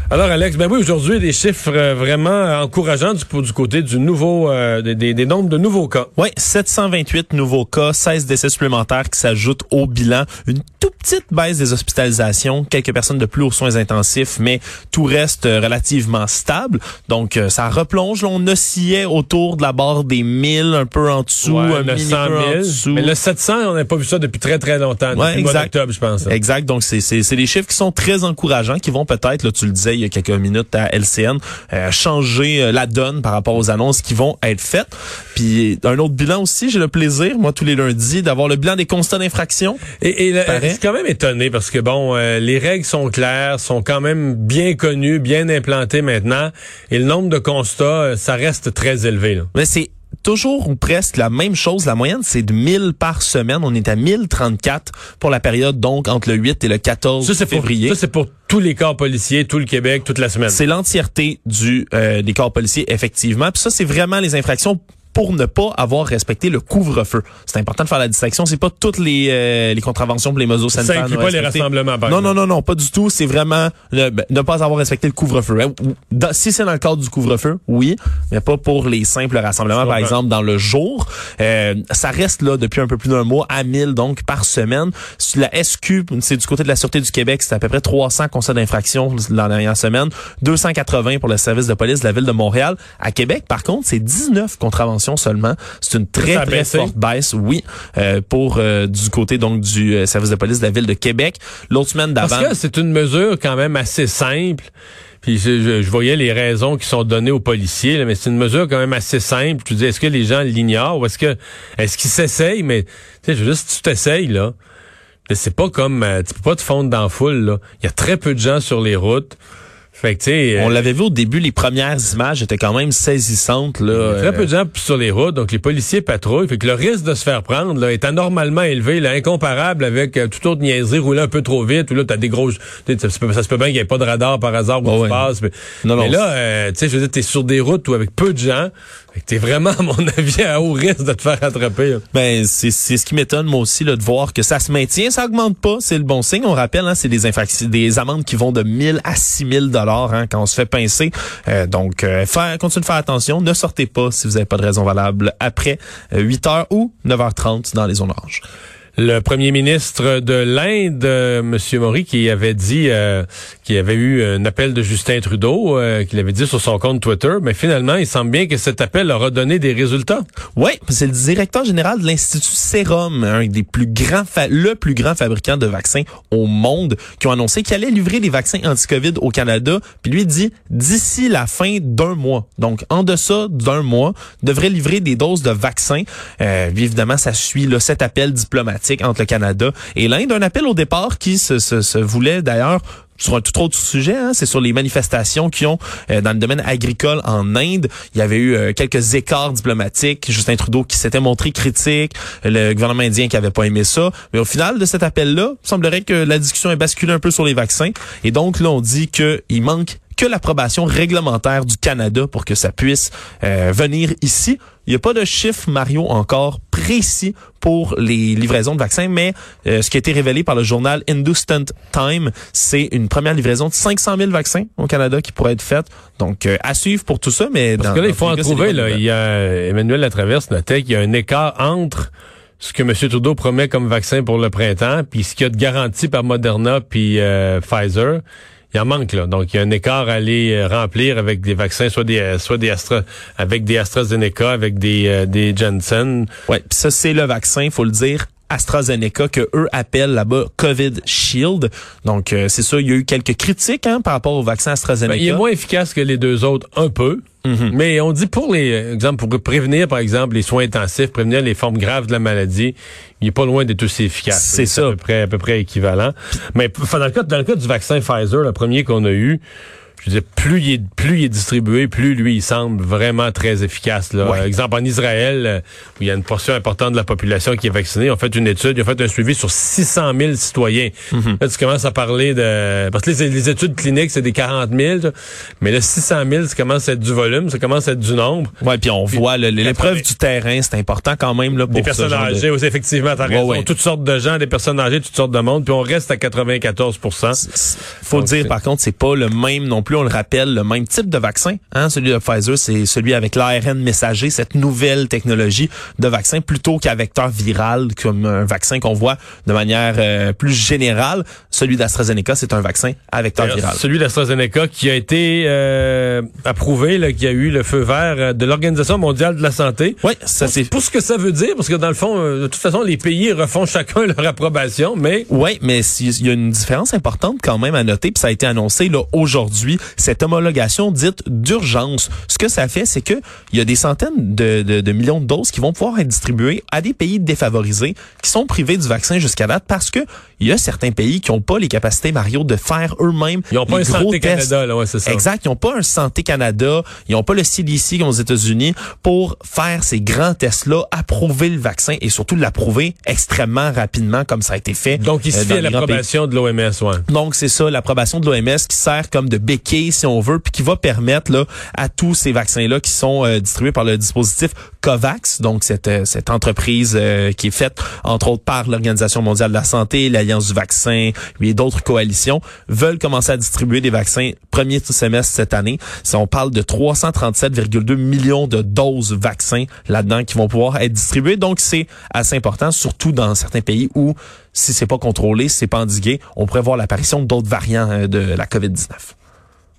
Alors Alex, ben oui, aujourd'hui des chiffres vraiment encourageants du côté du nouveau des nombres de nouveaux cas. Oui, 728 nouveaux cas, 16 décès supplémentaires qui s'ajoutent au bilan, une toute petite baisse des hospitalisations, quelques personnes de plus aux soins intensifs, mais tout reste relativement stable. Donc ça replonge, là, on oscillait autour de la barre des 1000, un peu en dessous, un 900 000, en dessous. Mais le 700, on n'a pas vu ça depuis très très longtemps, depuis le mois d'octobre, je pense. Exact, donc c'est des chiffres qui sont très encourageants, qui vont peut-être, là tu le disais il y a quelques minutes à LCN, changer la donne par rapport aux annonces qui vont être faites. Puis un autre bilan aussi, j'ai le plaisir, moi tous les lundis, d'avoir le bilan des constats d'infraction. Et je suis quand même étonné parce que bon, les règles sont claires, sont quand même bien connues, bien implantées maintenant, et le nombre de constats, ça reste très élevé, là. Mais c'est toujours ou presque la même chose. La moyenne, c'est de 1000 par semaine. On est à 1034 pour la période, donc, entre le 8 et le 14 février. Ça, c'est pour tous les corps policiers, tout le Québec, toute la semaine. C'est l'entièreté des corps policiers, effectivement. Puis ça, c'est vraiment les infractions pour ne pas avoir respecté le couvre-feu. C'est important de faire la distinction. C'est pas toutes les contraventions pour les mesures sanitaires. Ça inclut pas les rassemblements, par exemple. Non, pas du tout. C'est vraiment ne pas avoir respecté le couvre-feu. Si c'est dans le cadre du couvre-feu, oui, mais pas pour les simples rassemblements, par exemple, dans le jour. Ça reste là depuis un peu plus d'un mois à 1000, donc, par semaine. La SQ, c'est du côté de la Sûreté du Québec, c'est à peu près 300 constats d'infraction la dernière semaine, 280 pour le service de police de la Ville de Montréal. À Québec, par contre, c'est 19 contraventions seulement. C'est une très forte baisse, oui, pour du côté donc du service de police de la Ville de Québec. L'autre semaine d'avant... Parce que c'est une mesure quand même assez simple. Puis je voyais les raisons qui sont données aux policiers, là, mais c'est une mesure quand même assez simple. Tu dis, est-ce que les gens l'ignorent ou est-ce qu'ils s'essayent? Mais tu sais, juste tu t'essayes, là. C'est pas comme... tu peux pas te fondre dans la foule, là. Il y a très peu de gens sur les routes. Fait que, tu sais, on l'avait vu au début, les premières images étaient quand même saisissantes, là. Très peu de gens sur les routes, donc les policiers patrouillent. Fait que le risque de se faire prendre, là, est anormalement élevé, là, incomparable avec toute autre niaiserie, rouler un peu trop vite, ou là, t'as des gros, ça se peut bien qu'il n'y ait pas de radar par hasard où tu passes. Mais là, tu sais, je veux dire, t'es sur des routes où avec peu de gens, fait que t'es vraiment, à mon avis, à haut risque de te faire attraper, là. Ben, c'est ce qui m'étonne, moi aussi, là, de voir que ça se maintient, ça augmente pas, c'est le bon signe. On rappelle, hein, c'est des amendes qui vont de 1000 à 6000 $, hein, quand on se fait pincer. Donc, continuez de faire attention. Ne sortez pas si vous n'avez pas de raison valable après 8h ou 9h30 dans les zones oranges. Le premier ministre de l'Inde, M. Modi, qui avait dit qu'il y avait eu un appel de Justin Trudeau, qu'il avait dit sur son compte Twitter, mais finalement, il semble bien que cet appel aura donné des résultats. Oui, c'est le directeur général de l'Institut Serum, un des plus grands, le plus grand fabricant de vaccins au monde, qui ont annoncé qu'il allait livrer des vaccins anti-COVID au Canada. Puis lui dit, d'ici la fin d'un mois, donc en deçà d'un mois, devrait livrer des doses de vaccins. Évidemment, ça suit là, cet appel diplomatique entre le Canada et l'Inde. Un appel au départ qui se voulait d'ailleurs sur un tout autre sujet, hein, c'est sur les manifestations qui ont dans le domaine agricole en Inde. Il y avait eu quelques écarts diplomatiques. Justin Trudeau qui s'était montré critique, le gouvernement indien qui avait pas aimé ça. Mais au final de cet appel-là, il semblerait que la discussion ait basculé un peu sur les vaccins. Et donc là, on dit qu'il manque que l'approbation réglementaire du Canada pour que ça puisse venir ici. Il n'y a pas de chiffre, Mario, encore précis pour les livraisons de vaccins, mais ce qui a été révélé par le journal Hindustan Times, c'est une première livraison de 500 000 vaccins au Canada qui pourrait être faite. Donc, à suivre pour tout ça, mais... Parce que là, il faut en trouver, là. Il y a Emmanuel Latraverse notait qu'il y a un écart entre ce que M. Trudeau promet comme vaccin pour le printemps, puis ce qu'il y a de garanti par Moderna puis Pfizer. Il en manque, là. Donc, il y a un écart à aller remplir avec des vaccins, soit des AstraZeneca, avec des Janssen. Ouais, puis ça, c'est le vaccin, faut le dire, AstraZeneca, que eux appellent là-bas COVID Shield. Donc, c'est ça, il y a eu quelques critiques, hein, par rapport au vaccin AstraZeneca. Ben, il est moins efficace que les deux autres, un peu. Mm-hmm. Mais on dit pour pour prévenir, par exemple, les soins intensifs, prévenir les formes graves de la maladie, il est pas loin d'être aussi efficace. C'est ça. À peu près équivalent. Mais dans le cas du vaccin Pfizer, le premier qu'on a eu, je veux dire, plus il est distribué, plus lui, il semble vraiment très efficace, là. Ouais. Exemple, en Israël, où il y a une portion importante de la population qui est vaccinée, ils ont fait une étude, ils ont fait un suivi sur 600 000 citoyens. Mm-hmm. Là, tu commences à parler parce que les études cliniques, c'est des 40 000, mais là, 600 000, ça commence à être du volume, ça commence à être du nombre. Ouais, puis on voit l'épreuve du terrain, c'est important quand même, là, pour des personnes âgées, aussi, effectivement, t'as raison. Ouais. Toutes sortes de gens, des personnes âgées, toutes sortes de monde, puis on reste à 94%. Faut dire, par contre, c'est pas le même non plus. on le rappelle, le même type de vaccin. Celui de Pfizer, c'est celui avec l'ARN messager, cette nouvelle technologie de vaccin, plutôt qu'à vecteur viral, comme un vaccin qu'on voit de manière plus générale. Celui d'AstraZeneca, c'est un vaccin à vecteur viral. Celui d'AstraZeneca qui a été approuvé, là, qui a eu le feu vert de l'Organisation mondiale de la santé. Oui, ça c'est... Pour ce que ça veut dire, parce que dans le fond, de toute façon, les pays refont chacun leur approbation, mais... Oui, mais il y a une différence importante quand même à noter, puis ça a été annoncé là aujourd'hui, cette homologation dite d'urgence. Ce que ça fait, c'est que il y a des centaines de millions de doses qui vont pouvoir être distribuées à des pays défavorisés qui sont privés du vaccin jusqu'à date parce que il y a certains pays qui n'ont pas les capacités, Mario, de faire eux-mêmes. Ils n'ont pas un Santé Canada, là, ouais, c'est ça. Exact, ils n'ont pas un Santé Canada, ils n'ont pas le CDC comme aux États-Unis pour faire ces grands tests-là, approuver le vaccin et surtout l'approuver extrêmement rapidement comme ça a été fait. Donc, il suffit à l'approbation de l'OMS, ouais. Donc, c'est ça, l'approbation de l'OMS qui sert comme de béquille, si on veut, puis qui va permettre là à tous ces vaccins-là qui sont distribués par le dispositif COVAX, donc cette entreprise qui est faite, entre autres, par l'Organisation mondiale de la santé, l'Alliance du vaccin, et d'autres coalitions, veulent commencer à distribuer des vaccins premier semestre cette année. Si on parle de 337,2 millions de doses vaccins là-dedans qui vont pouvoir être distribuées. Donc, c'est assez important, surtout dans certains pays où, si c'est pas contrôlé, si c'est pas endigué, on pourrait voir l'apparition d'autres variants de la COVID-19.